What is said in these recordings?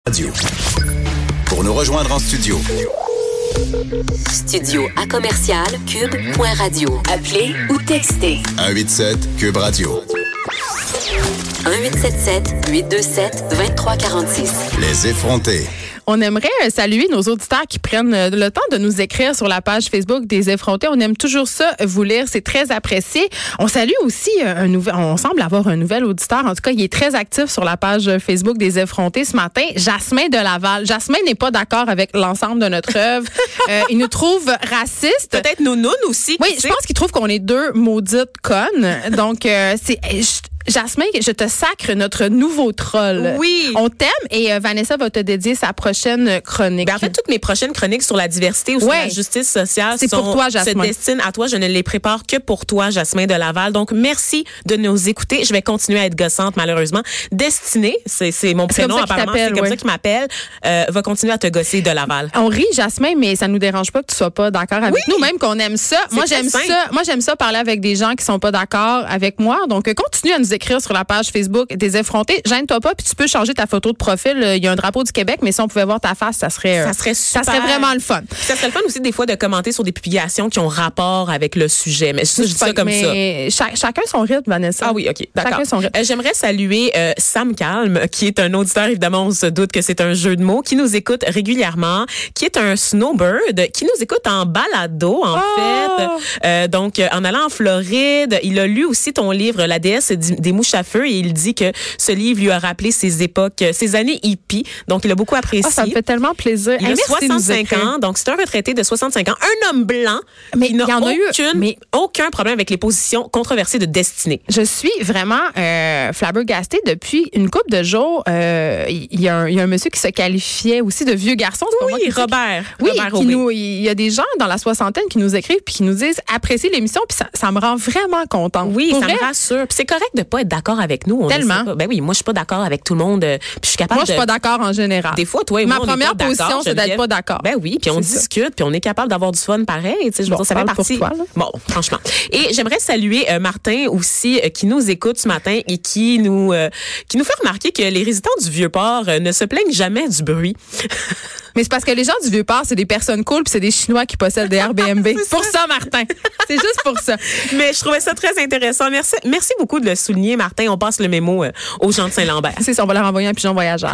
Radio. Pour nous rejoindre en studio. Studio à commercial cube.radio. Appelez ou textez. 187 Cube Radio. 1877-827-2346. Les effrontés. On aimerait saluer nos auditeurs qui prennent le temps de nous écrire sur la page Facebook des effrontés. On aime toujours ça, vous lire. C'est très apprécié. On salue aussi on semble avoir un nouvel auditeur. En tout cas, il est très actif sur la page Facebook des effrontés ce matin. Jasmin de Laval. Jasmin n'est pas d'accord avec l'ensemble de notre œuvre. Il nous trouve racistes. Peut-être Nounoun aussi. Oui, je pense qu'il trouve qu'on est deux maudites connes. Donc, Jasmin, je te sacre notre nouveau troll. Oui. On t'aime et Vanessa va te dédier sa prochaine chronique. Ben, en fait, toutes mes prochaines chroniques sur la diversité ou sur la justice sociale pour toi, Jasmin. se destinent à toi. Je ne les prépare que pour toi, Jasmin de Laval. Donc, merci de nous écouter. Je vais continuer à être gossante, malheureusement. Destinée, c'est mon prénom apparemment. C'est comme ça qu'il m'appelle. Va continuer à te gosser de Laval. On rit, Jasmin, mais ça nous dérange pas que tu sois pas d'accord avec nous, même qu'on aime ça. Moi, j'aime ça parler avec des gens qui sont pas d'accord avec moi. Donc, continue à nous écrire sur la page Facebook des effrontés. Gêne-toi pas, puis tu peux changer ta photo de profil. Il y a un drapeau du Québec, mais si on pouvait voir ta face, ça serait super. Ça serait vraiment le fun. Ça serait le fun aussi des fois de commenter sur des publications qui ont rapport avec le sujet. Mais je dis ça comme ça. Chacun son rythme, Vanessa. Ah oui, OK, d'accord. Chacun son rythme. J'aimerais saluer Sam Calme, qui est un auditeur, évidemment, on se doute que c'est un jeu de mots, qui nous écoute régulièrement, qui est un snowbird, qui nous écoute en balado, en fait. Donc, en allant en Floride, il a lu aussi ton livre, La déesse des mouches à feu, et il dit que ce livre lui a rappelé ses époques, ses années hippies. Donc, il a beaucoup apprécié. Ça me fait tellement plaisir. Il a 65 ans, donc c'est un retraité de 65 ans, un homme blanc qui n'a aucun problème avec les positions controversées de Destinée. Je suis vraiment flabbergastée depuis une couple de jours. Il y a un monsieur qui se qualifiait aussi de vieux garçon. Oui, Robert. Oui, Robert il y a des gens dans la soixantaine qui nous écrivent puis qui nous disent appréciez l'émission, puis ça me rend vraiment contente. Oui, ça me rassure. Puis c'est correct de pas être d'accord avec nous. Tellement. Ben oui, moi je suis pas d'accord avec tout le monde. Puis je suis capable. Moi je suis pas d'accord en général. Des fois, toi et moi, ma première position, c'est d'être pas d'accord. Ben oui, puis on discute, puis on est capable d'avoir du fun pareil. Tu sais, je veux dire, ça fait partie. Pour toi, là. Bon, franchement. Et j'aimerais saluer Martin aussi, qui nous écoute ce matin et qui nous fait remarquer que les résidents du Vieux-Port ne se plaignent jamais du bruit. Mais c'est parce que les gens du Vieux-Port, c'est des personnes cool, puis c'est des Chinois qui possèdent des Airbnb. C'est pour ça, Martin. C'est juste pour ça. Mais je trouvais ça très intéressant. Merci beaucoup de le souligner, Martin. On passe le mémo aux gens de Saint-Lambert. C'est ça, on va leur envoyer un pigeon voyageur.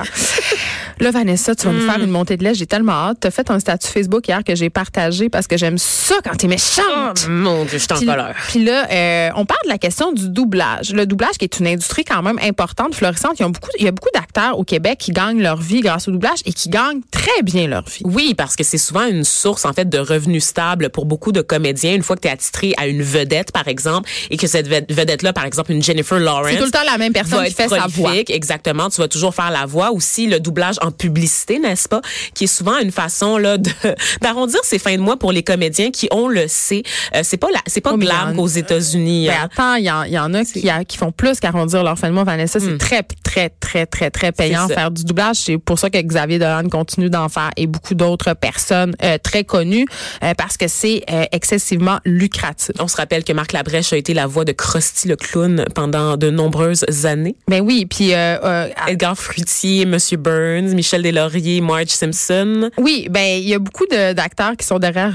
Là, Vanessa, tu vas nous faire une montée de lait. J'ai tellement hâte. Tu as fait un statut Facebook hier que j'ai partagé parce que j'aime ça quand t'es méchante. Oh, mon Dieu, je suis en colère. Puis là, on parle de la question du doublage. Le doublage qui est une industrie quand même importante, florissante. Il y a beaucoup d'acteurs au Québec qui gagnent leur vie grâce au doublage et qui gagnent très bien leur vie. Oui, parce que c'est souvent une source en fait de revenus stables pour beaucoup de comédiens. Une fois que tu es attitré à une vedette, par exemple, et que cette vedette-là, par exemple, une Jennifer Lawrence, c'est tout le temps la même personne qui fait sa voix. Exactement, tu vas toujours faire la voix. Aussi, le doublage en publicité, n'est-ce pas, qui est souvent une façon là d'arrondir ses fins de mois pour les comédiens qui, on le sait, c'est pas glam qu'aux États-Unis. Ben attends, il y en a qui font plus qu'arrondir leur fin de mois, Vanessa. C'est très, très, très, très, très payant faire du doublage. C'est pour ça que Xavier Dolan continue d'en faire et beaucoup d'autres personnes très connues parce que c'est excessivement lucratif. On se rappelle que Marc Labrèche a été la voix de Krusty le clown pendant de nombreuses années. Ben oui, puis Edgar Fruitier, Monsieur Burns, Michel Deslauriers, Marge Simpson. Oui, ben il y a beaucoup d'acteurs qui sont derrière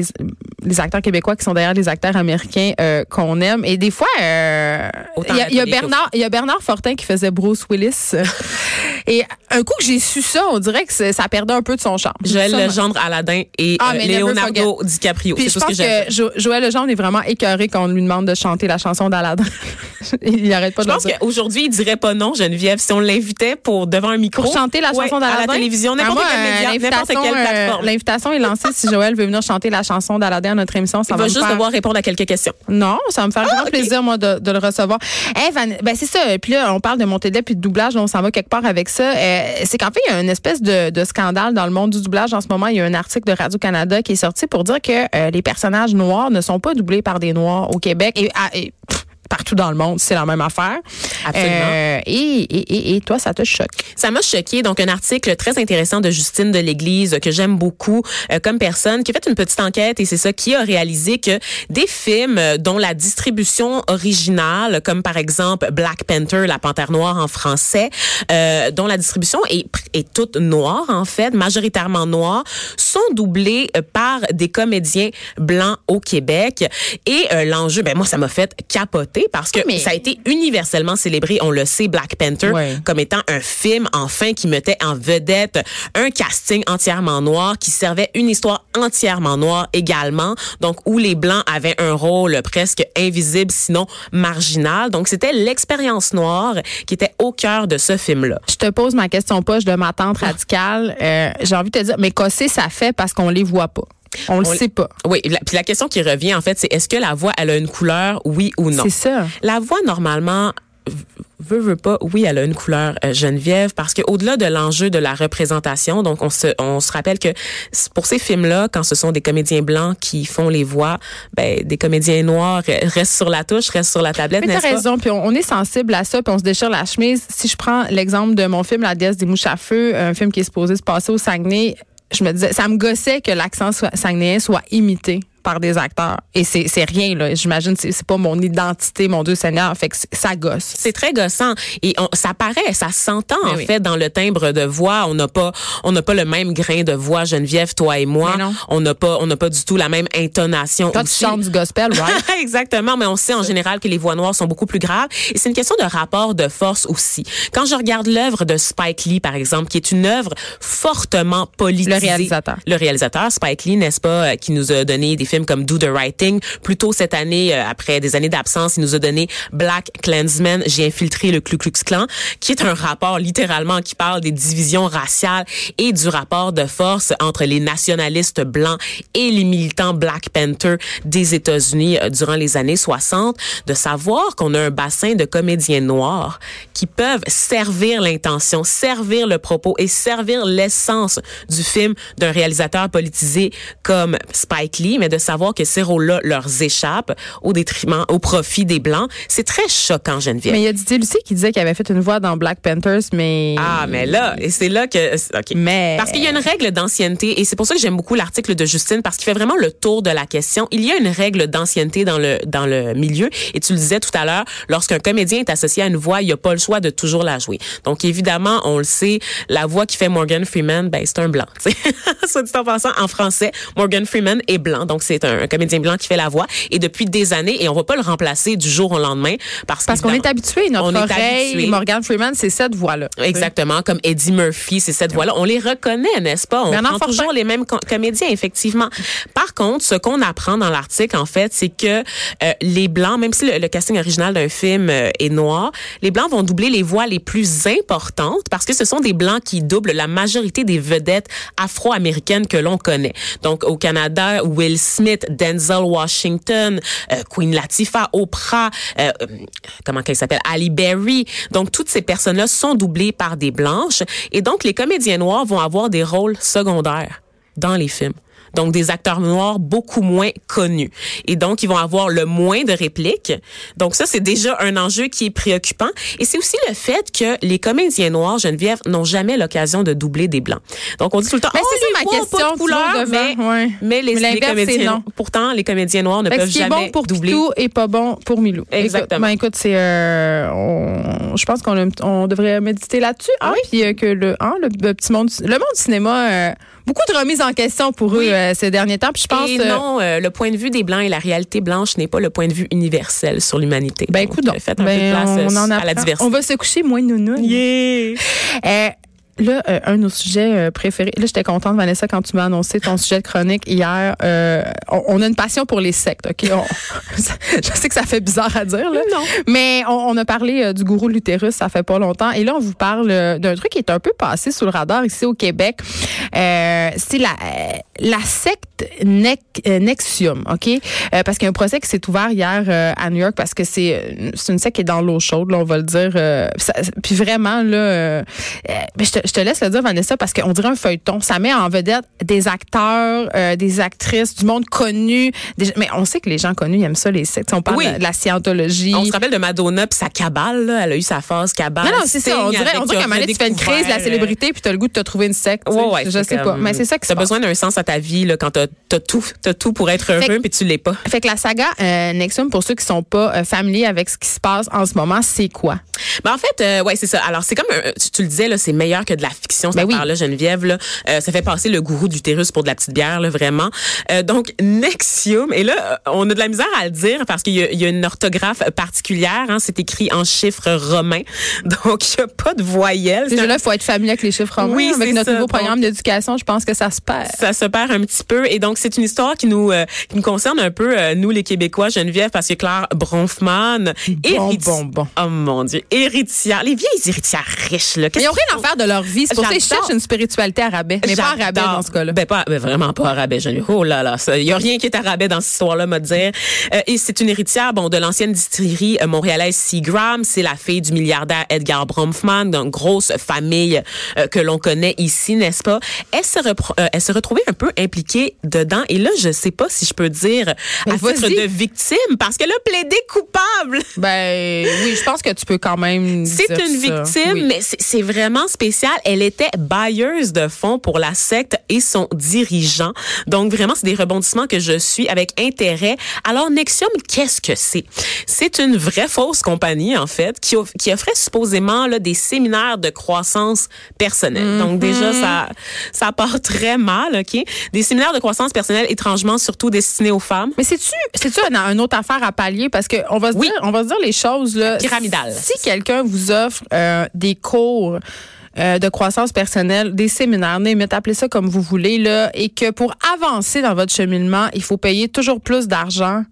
les acteurs québécois qui sont derrière les acteurs américains qu'on aime, et des fois il y a Bernard Fortin qui faisait Bruce Willis et un coup que j'ai su ça, on dirait que ça perdait un peu de son charme. Joël Legendre, Aladdin et Leonardo DiCaprio. Puis je pense que Joël Legendre est vraiment écœuré quand on lui demande de chanter la chanson d'Aladdin. Il arrête pas de le dire. Je pense qu'aujourd'hui, il dirait pas non, Geneviève, si on l'invitait devant un micro. Pour chanter la chanson d'Aladdin? À la télévision, n'importe quel média, n'importe quelle plateforme. L'invitation est lancée si Joël veut venir chanter la chanson d'Aladdin à notre émission. Il va juste devoir répondre à quelques questions. Non, ça va me faire grand plaisir, moi, de le recevoir. Ben c'est ça. Puis là, on parle de montée de lait puis de doublage, on s'en va quelque part avec ça. C'est qu'en fait, il y a une espèce de scandale dans le monde du doublage en ce moment. Il y a un article de Radio-Canada qui est sorti pour dire que les personnages noirs ne sont pas doublés par des Noirs au Québec. partout dans le monde, c'est la même affaire. Absolument. Et toi, ça te choque? Ça m'a choqué. Donc, un article très intéressant de Justine de l'Église que j'aime beaucoup comme personne, qui a fait une petite enquête et c'est ça, qui a réalisé que des films dont la distribution originale, comme par exemple Black Panther, la Panthère noire en français, dont la distribution est toute noire en fait, majoritairement noire, sont doublés par des comédiens blancs au Québec. Et l'enjeu, moi, ça m'a fait capoter parce que ça a été universellement célébré. On le sait, Black Panther, comme étant un film, enfin, qui mettait en vedette un casting entièrement noir, qui servait une histoire entièrement noire également, donc où les Blancs avaient un rôle presque invisible, sinon marginal. Donc, c'était l'expérience noire qui était au cœur de ce film-là. Je te pose ma question poche de ma tante radicale. J'ai envie de te dire, mais qu'est-ce que ça fait parce qu'on les voit pas? On le sait pas. Oui, puis la question qui revient, en fait, c'est est-ce que la voix, elle a une couleur, oui ou non? C'est ça. La voix, normalement, veut pas, oui, elle a une couleur, Geneviève, parce que au-delà de l'enjeu de la représentation, donc on se rappelle que pour ces films-là, quand ce sont des comédiens blancs qui font les voix, des comédiens noirs restent sur la touche, restent sur la tablette, mais n'est-ce pas? t'as raison, puis on est sensible à ça, puis on se déchire la chemise. Si je prends l'exemple de mon film La déesse des mouches à feu, un film qui est supposé se passer au Saguenay, je me disais, ça me gossait que l'accent saguenayen soit imité par des acteurs. Et c'est rien, là. J'imagine, c'est pas mon identité, mon Dieu Seigneur. Fait que ça gosse. C'est très gossant. Et ça paraît, ça s'entend, en fait, dans le timbre de voix. On n'a pas le même grain de voix, Geneviève, toi et moi. On n'a pas du tout la même intonation. Toi, tu chantes du gospel, right? Exactement. Mais on sait en général que les voix noires sont beaucoup plus graves. Et c'est une question de rapport de force aussi. Quand je regarde l'œuvre de Spike Lee, par exemple, qui est une œuvre fortement politisée. Le réalisateur, Spike Lee, n'est-ce pas, qui nous a donné des films comme Do the Right Thing. Plus tôt cette année, après des années d'absence, il nous a donné Black Klansman, J'ai infiltré le Ku Klux Klan, qui est un rapport littéralement qui parle des divisions raciales et du rapport de force entre les nationalistes blancs et les militants Black Panther des États-Unis durant les années 60. De savoir qu'on a un bassin de comédiens noirs qui peuvent servir l'intention, servir le propos et servir l'essence du film d'un réalisateur politisé comme Spike Lee, mais de savoir que ces rôles-là leur échappent au profit des Blancs, c'est très choquant, Geneviève. Mais il y a Didier Lucie qui disait qu'il avait fait une voix dans Black Panthers, mais... Ah, mais là, et c'est là que... OK. Mais... Parce qu'il y a une règle d'ancienneté, et c'est pour ça que j'aime beaucoup l'article de Justine, parce qu'il fait vraiment le tour de la question. Il y a une règle d'ancienneté dans le milieu, et tu le disais tout à l'heure, lorsqu'un comédien est associé à une voix, il n'y a pas le choix de toujours la jouer. Donc, évidemment, on le sait, la voix qui fait Morgan Freeman, c'est un blanc. Soit dit en passant, en français, Morgan Freeman est blanc. Donc, c'est un comédien blanc qui fait la voix. Et depuis des années, et on va pas le remplacer du jour au lendemain. Parce qu'on est habitué, notre oreille, Morgan Freeman, c'est cette voix-là. Exactement, comme Eddie Murphy, c'est cette voix-là. On les reconnaît, n'est-ce pas? On prend toujours les mêmes comédiens, effectivement. Par contre, ce qu'on apprend dans l'article, en fait, c'est que les Blancs, même si le casting original d'un film est noir, les Blancs vont doubler les voix les plus importantes parce que ce sont des Blancs qui doublent la majorité des vedettes afro-américaines que l'on connaît. Donc, au Canada, Will Smith, Denzel Washington, Queen Latifah, Oprah, comment qu'elle s'appelle, Halle Berry. Donc, toutes ces personnes-là sont doublées par des Blanches. Et donc, les comédiens noirs vont avoir des rôles secondaires dans les films. Donc, des acteurs noirs beaucoup moins connus. Et donc, ils vont avoir le moins de répliques. Donc, ça, c'est déjà un enjeu qui est préoccupant. Et c'est aussi le fait que les comédiens noirs, Geneviève, n'ont jamais l'occasion de doubler des blancs. Donc, on dit tout le temps, c'est ma question, pas de couleur, mais les comédiens, pourtant, les comédiens noirs ne peuvent jamais doubler. Ce qui est bon pour Pitou et pas bon pour Milou. Exactement. Écoute, c'est, je pense qu'on devrait méditer là-dessus. Ah oui? Puis que le petit monde, le monde du cinéma, beaucoup de remises en question pour eux ces derniers temps. Puis je pense. Et non, le point de vue des Blancs et la réalité blanche n'est pas le point de vue universel sur l'humanité. Écoute, faites un peu de place à la diversité. On va se coucher moins nounou. Yeah. Là, un de nos sujets préférés. Là, j'étais contente, Vanessa, quand tu m'as annoncé ton sujet de chronique hier. On a une passion pour les sectes, OK? Je sais que ça fait bizarre à dire, là. Non. Mais on a parlé du gourou de l'utérus, ça fait pas longtemps. Et là, on vous parle d'un truc qui est un peu passé sous le radar ici au Québec. C'est la secte Nexium, OK? Parce qu'il y a un procès qui s'est ouvert hier à New York parce que c'est une secte qui est dans l'eau chaude, là, on va le dire. Puis vraiment, là, je te laisse le dire, Vanessa, parce qu'on dirait un feuilleton. Ça met en vedette des acteurs, des actrices, du monde connu. Mais on sait que les gens connus, ils aiment ça, les sectes. On parle de la scientologie. On se rappelle de Madonna puis sa cabale, là. Elle a eu sa phase cabale. Non, c'est ça. On dirait qu'à un moment donné, tu fais une crise de la célébrité puis t'as le goût de te trouver une secte. Ouais, je sais pas. Mais c'est ça qui se passe. T'as besoin d'un sens à ta vie, là, quand t'as tout pour être heureux puis tu l'es pas. Fait que la saga Nexium, pour ceux qui sont pas familiers avec ce qui se passe en ce moment, c'est quoi? Ben en fait, c'est ça. Alors, c'est comme, tu le disais, là, c'est meilleur que de la fiction, cette affaire-là, Geneviève, là. Ça fait passer le gourou d'utérus pour de la petite bière, là, vraiment. Donc, Nexium, et là, on a de la misère à le dire parce qu'il y a une orthographe particulière, hein. C'est écrit en chiffres romains. Donc, il n'y a pas de voyelles. Déjà là, il faut être familier avec les chiffres romains. Oui, avec notre nouveau programme d'éducation, je pense que ça se perd. Ça se perd un petit peu. Et donc, c'est une histoire qui nous concerne un peu, nous, les Québécois, Geneviève, parce que Claire Bronfman, oh mon Dieu, héritière, les vieilles héritières riches, là. Ils n'ont rien à faire de leur vie. C'est pour ça qu'ils cherchent une spiritualité à rabais. Mais pas à rabais dans ce cas-là. Ben, vraiment pas à rabais, Geneviève. Oh là là, il y a rien qui est à rabais dans cette histoire-là, me dire. Et c'est une héritière, de l'ancienne distillerie montréalaise Seagram. C'est la fille du milliardaire Edgar Bronfman, d'une grosse famille que l'on connaît ici, n'est-ce pas? Elle se retrouvait un peu impliquée dedans. Et là, je sais pas si je peux dire à titre de victime, parce qu'elle a plaidé coupable. Ben oui, je pense que tu peux quand même dire c'est une victime, mais c'est vraiment spécial. Elle était bailleuse de fonds pour la secte et son dirigeant. Donc vraiment, c'est des rebondissements que je suis avec intérêt. Alors Nexium, qu'est-ce que c'est? C'est une vraie fausse compagnie, en fait, qui offrait supposément là, des séminaires de croissance personnelle. Donc déjà, ça part très mal, OK? Des séminaires de croissance personnelle, étrangement, surtout destinés aux femmes. Mais c'est-tu une autre affaire à pallier? Parce que on va se dire les choses, là. Pyramidale. Si quelqu'un vous offre des cours de croissance personnelle, des séminaires, appelez ça comme vous voulez, là, et que pour avancer dans votre cheminement, il faut payer toujours plus d'argent.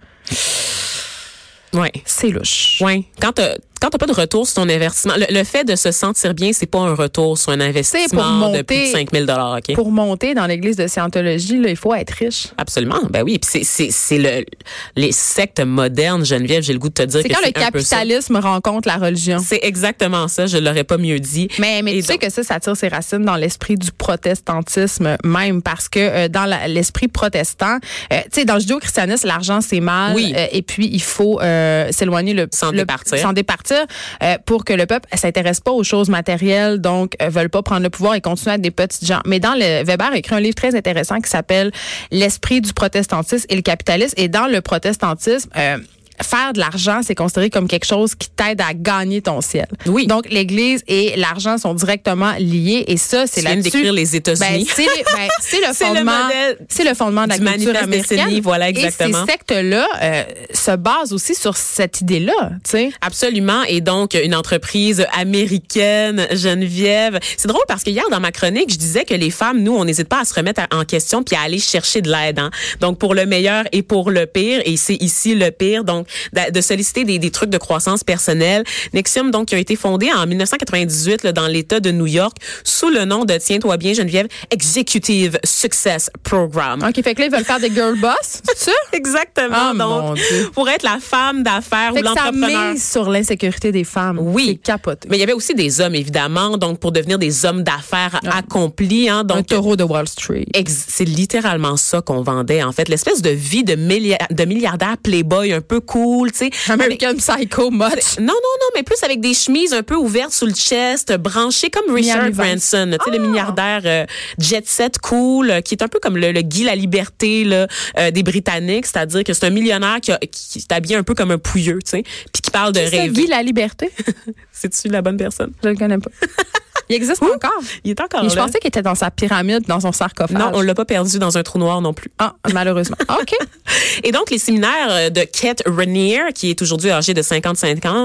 Ouais. C'est louche. Ouais. Quand t'as pas de retour sur ton investissement, le fait de se sentir bien, c'est pas un retour sur un investissement de plus de 5 000 $, OK? Pour monter dans l'église de Scientologie, là, il faut être riche. Absolument. Ben oui. Puis c'est les sectes modernes, Geneviève, j'ai le goût de te dire que c'est quand le capitalisme rencontre la religion. C'est exactement ça. Je l'aurais pas mieux dit. Mais tu sais que ça tire ses racines dans l'esprit du protestantisme même, parce que dans l'esprit protestant, tu sais, dans le judéo-christianisme, l'argent, c'est mal. Oui. Et puis, il faut s'éloigner s'en départir pour que le peuple s'intéresse pas aux choses matérielles, donc veulent pas prendre le pouvoir et continuer à être des petites gens. Mais Weber a écrit un livre très intéressant qui s'appelle L'esprit du protestantisme et le capitalisme. Et dans le protestantisme, faire de l'argent, c'est considéré comme quelque chose qui t'aide à gagner ton ciel. Oui. Donc, l'Église et l'argent sont directement liés. Et ça, c'est là-dessus. Décrire les États-Unis. C'est le fondement. C'est le fondement de la culture américaine. Voilà, exactement. Et ces sectes-là se basent aussi sur cette idée-là, tu sais. Absolument. Et donc, une entreprise américaine, Geneviève. C'est drôle parce que hier, dans ma chronique, je disais que les femmes, nous, on n'hésite pas à se remettre en question puis à aller chercher de l'aide, hein. Donc, pour le meilleur et pour le pire. Et c'est ici le pire. Donc, de solliciter des trucs de croissance personnelle. Nexium, donc, qui a été fondé en 1998 là, dans l'État de New York sous le nom de, tiens-toi bien, Geneviève, Executive Success Program. OK, fait que là, ils veulent faire des girl boss, c'est ça? Exactement. Oh, donc, pour être la femme d'affaires ou l'entrepreneur. Ça mise sur l'insécurité des femmes. Oui. C'est capoté. Mais il y avait aussi des hommes, évidemment, donc pour devenir des hommes d'affaires accomplis. Hein, donc, un taureau de Wall Street. C'est littéralement ça qu'on vendait, en fait. L'espèce de vie de milliardaire playboy un peu cool. Tu sais, American Psycho much. Non, mais plus avec des chemises un peu ouvertes sous le chest, branchées comme Richard Branson, tu sais, le milliardaire jet set cool, qui est un peu comme le Guy la Liberté là, des Britanniques, c'est-à-dire que c'est un millionnaire qui est habillé un peu comme un pouilleux, tu sais, puis qui parle de rêver. Guy la Liberté? C'est-tu la bonne personne? Je le connais pas. Il existe encore? Il est encore là. Je pensais qu'il était dans sa pyramide, dans son sarcophage. Non, on l'a pas perdu dans un trou noir non plus. Ah, malheureusement. OK. Et donc, les séminaires de Kate Rainier, qui est aujourd'hui âgée de 57 ans,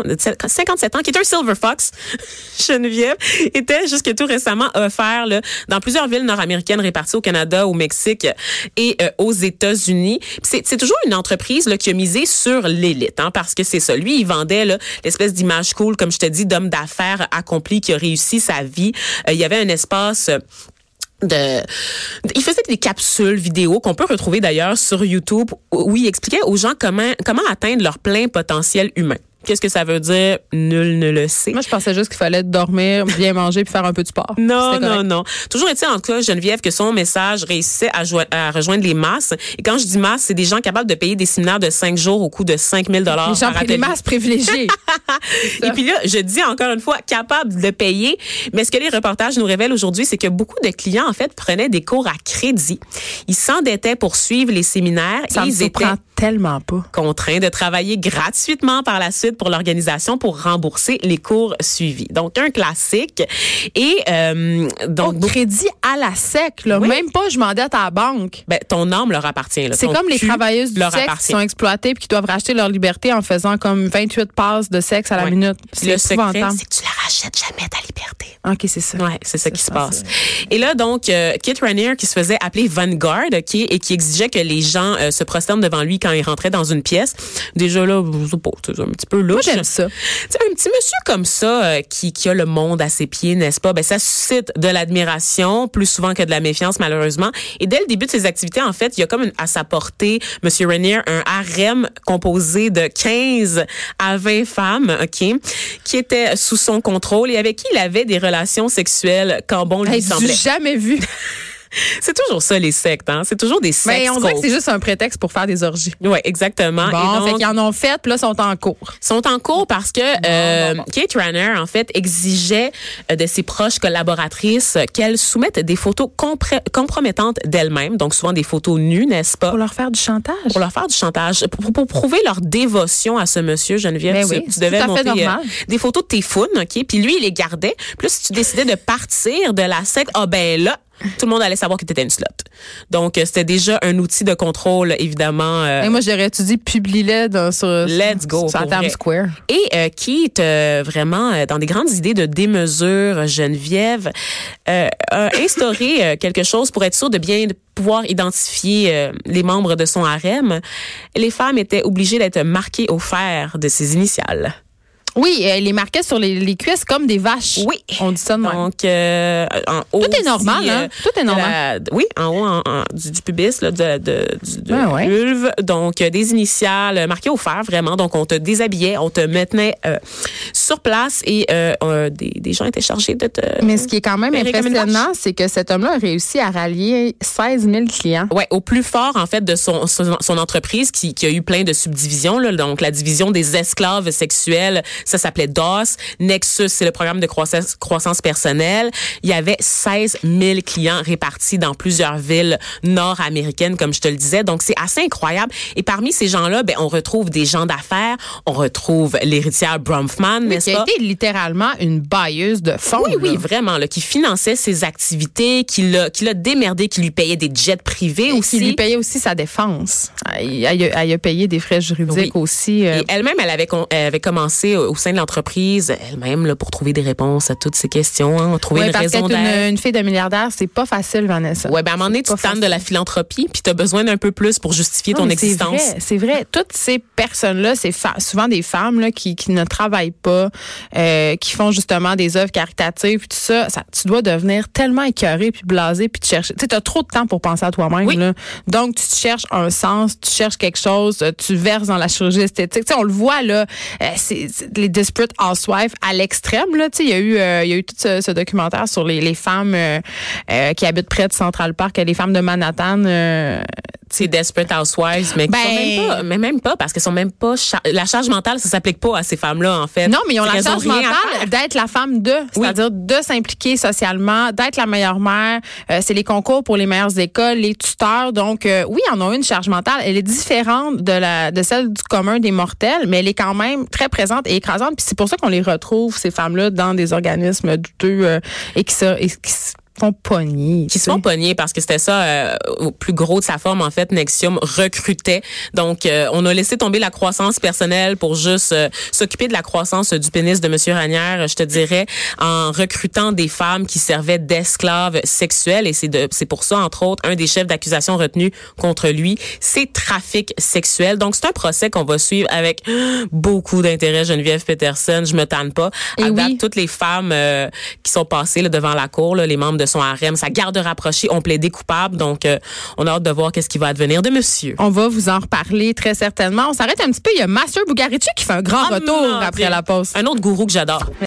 qui est un Silver Fox, Geneviève, était jusque tout récemment offert là, dans plusieurs villes nord-américaines réparties au Canada, au Mexique et aux États-Unis. C'est toujours une entreprise là, qui a misé sur l'élite, hein, parce que c'est ça. Lui, il vendait là, l'espèce d'image cool, comme je te dis, d'homme d'affaires accompli qui a réussi sa vie. Il y avait un espace il faisait des capsules vidéo qu'on peut retrouver d'ailleurs sur YouTube où il expliquait aux gens comment atteindre leur plein potentiel humain. Qu'est-ce que ça veut dire? Nul ne le sait. Moi, je pensais juste qu'il fallait dormir, bien manger puis faire un peu de sport. Non. Toujours est-il, en tout cas, Geneviève, que son message réussissait à rejoindre les masses. Et quand je dis masse, c'est des gens capables de payer des séminaires de 5 jours au coût de 5 000 $. Les masses privilégiées. Et puis là, je dis encore une fois, capables de payer. Mais ce que les reportages nous révèlent aujourd'hui, c'est que beaucoup de clients, en fait, prenaient des cours à crédit. Ils s'endettaient pour suivre les séminaires. Ça me surprend tellement pas. Contraints de travailler gratuitement par la suite pour l'organisation pour rembourser les cours suivis. Donc, un classique. Et donc crédit à la sec, là. Oui. Même pas je m'endette à la banque. Ben, ton âme leur appartient. Là. C'est comme les travailleuses du sexe qui sont exploitées puis qui doivent racheter leur liberté en faisant comme 28 passes de sexe à la minute. C'est le secret, c'est que tu la rachètes jamais ta liberté. OK, c'est ça. Ouais, c'est ça qui se passe. Et là, donc, Kit Raniere qui se faisait appeler Vanguard, et qui exigeait que les gens se prosternent devant lui quand il rentrait dans une pièce. Déjà là, c'est un petit peu louche. Moi, j'aime ça. T'sais, un petit monsieur comme ça qui a le monde à ses pieds, n'est-ce pas? Ben, ça suscite de l'admiration plus souvent que de la méfiance, malheureusement. Et dès le début de ses activités, en fait, il y a comme à sa portée, Monsieur Raniere, un harem composé de 15 à 20 femmes, OK, qui étaient sous son contrôle et avec qui il avait des relations sexuelles quand bon lui semblait. J'ai jamais vu. C'est toujours ça, les sectes, hein? C'est toujours des sectes. Mais on dirait que c'est juste un prétexte pour faire des orgies. Oui, exactement. Bon, et donc, fait qu'ils en ont fait, puis là, sont en cours. Sont en cours parce que Kate Raniere, en fait, exigeait de ses proches collaboratrices qu'elles soumettent des photos compromettantes d'elles-mêmes, donc souvent des photos nues, n'est-ce pas? Pour leur faire du chantage. Pour leur faire du chantage. Pour prouver leur dévotion à ce monsieur, Geneviève, tu devais monter des photos de tes founes, OK? Puis lui, il les gardait. Puis là, si tu décidais de partir de la secte, là, tout le monde allait savoir que tu étais une slut. Donc, c'était déjà un outil de contrôle, évidemment. Et moi, j'aurais étudié publie-les sur Times Square. Et qui est vraiment dans des grandes idées de démesure, Geneviève, a instauré quelque chose pour être sûr de bien pouvoir identifier les membres de son harem. Les femmes étaient obligées d'être marquées au fer de ses initiales. Oui, elle les marquait sur les cuisses comme des vaches. Oui. On dit ça de même. Donc, en haut. Tout est normal, hein? Tout est normal. Oui, en haut du pubis, là, du vulve. Donc, des initiales marquées au fer, vraiment. Donc, on te déshabillait, on te maintenait sur place et des gens étaient chargés de te. Mais ce qui est quand même impressionnant, c'est que cet homme-là a réussi à rallier 16 000 clients. Oui, au plus fort, en fait, de son entreprise qui a eu plein de subdivisions, là. Donc, la division des esclaves sexuels. Ça s'appelait DOS. Nexus, c'est le programme de croissance personnelle. Il y avait 16 000 clients répartis dans plusieurs villes nord-américaines, comme je te le disais. Donc, c'est assez incroyable. Et parmi ces gens-là, on retrouve des gens d'affaires. On retrouve l'héritière Bronfman, n'est-ce pas? Qui a été littéralement une bailleuse de fonds. Oui, vraiment, là, qui finançait ses activités, qui l'a démerdé, qui lui payait des jets privés aussi. Qui lui payait aussi sa défense. Elle a payé des frais juridiques aussi. Et elle-même, elle avait commencé au sein de l'entreprise, elle-même, là, pour trouver des réponses à toutes ces questions, hein, trouver une raison d'être. Parce une fille de milliardaire, c'est pas facile, Vanessa. Oui, à un moment donné, tu tannes de la philanthropie, puis tu as besoin d'un peu plus pour justifier ton existence. C'est vrai. Toutes ces personnes-là, c'est souvent des femmes là, qui ne travaillent pas, qui font justement des œuvres caritatives, puis tout ça. Tu dois devenir tellement écœuré, puis blasé, puis te chercher. Tu sais, t'as trop de temps pour penser à toi-même. Oui. Là. Donc, tu te cherches un sens, tu cherches quelque chose, tu verses dans la chirurgie esthétique. Tu sais, on le voit, là, c'est les Desperate Housewives à l'extrême. Là, il y a eu tout ce documentaire sur les femmes qui habitent près de Central Park, les femmes de Manhattan. C'est Desperate Housewives, mais même pas, parce qu'elles sont même pas la charge mentale, ça s'applique pas à ces femmes-là, en fait. Non, mais ils ont la charge mentale d'être la femme c'est-à-dire de s'impliquer socialement, d'être la meilleure mère. C'est les concours pour les meilleures écoles, les tuteurs. Donc, oui, ils en ont une charge mentale. Elle est différente de celle du commun des mortels, mais elle est quand même très présente et écrasante. Puis c'est pour ça qu'on les retrouve, ces femmes-là, dans des organismes douteux et qui font pogner. Qui se font pogner parce que c'était ça, au plus gros de sa forme, en fait, NXIVM recrutait. Donc, on a laissé tomber la croissance personnelle pour juste s'occuper de la croissance du pénis de Monsieur Raniere, je te dirais, en recrutant des femmes qui servaient d'esclaves sexuels. Et c'est pour ça, entre autres, un des chefs d'accusation retenus contre lui, c'est trafic sexuel. Donc, c'est un procès qu'on va suivre avec beaucoup d'intérêt, Geneviève Peterson. Je me tanne pas. À date, toutes les femmes qui sont passées là, devant la cour, là, les membres de de son harem, sa garde rapprochée ont plaidé coupable. Donc, on a hâte de voir qu'est-ce qui va advenir de monsieur. On va vous en reparler très certainement. On s'arrête un petit peu. Il y a Master Bugarici qui fait un grand retour après la pause. Un autre gourou que j'adore.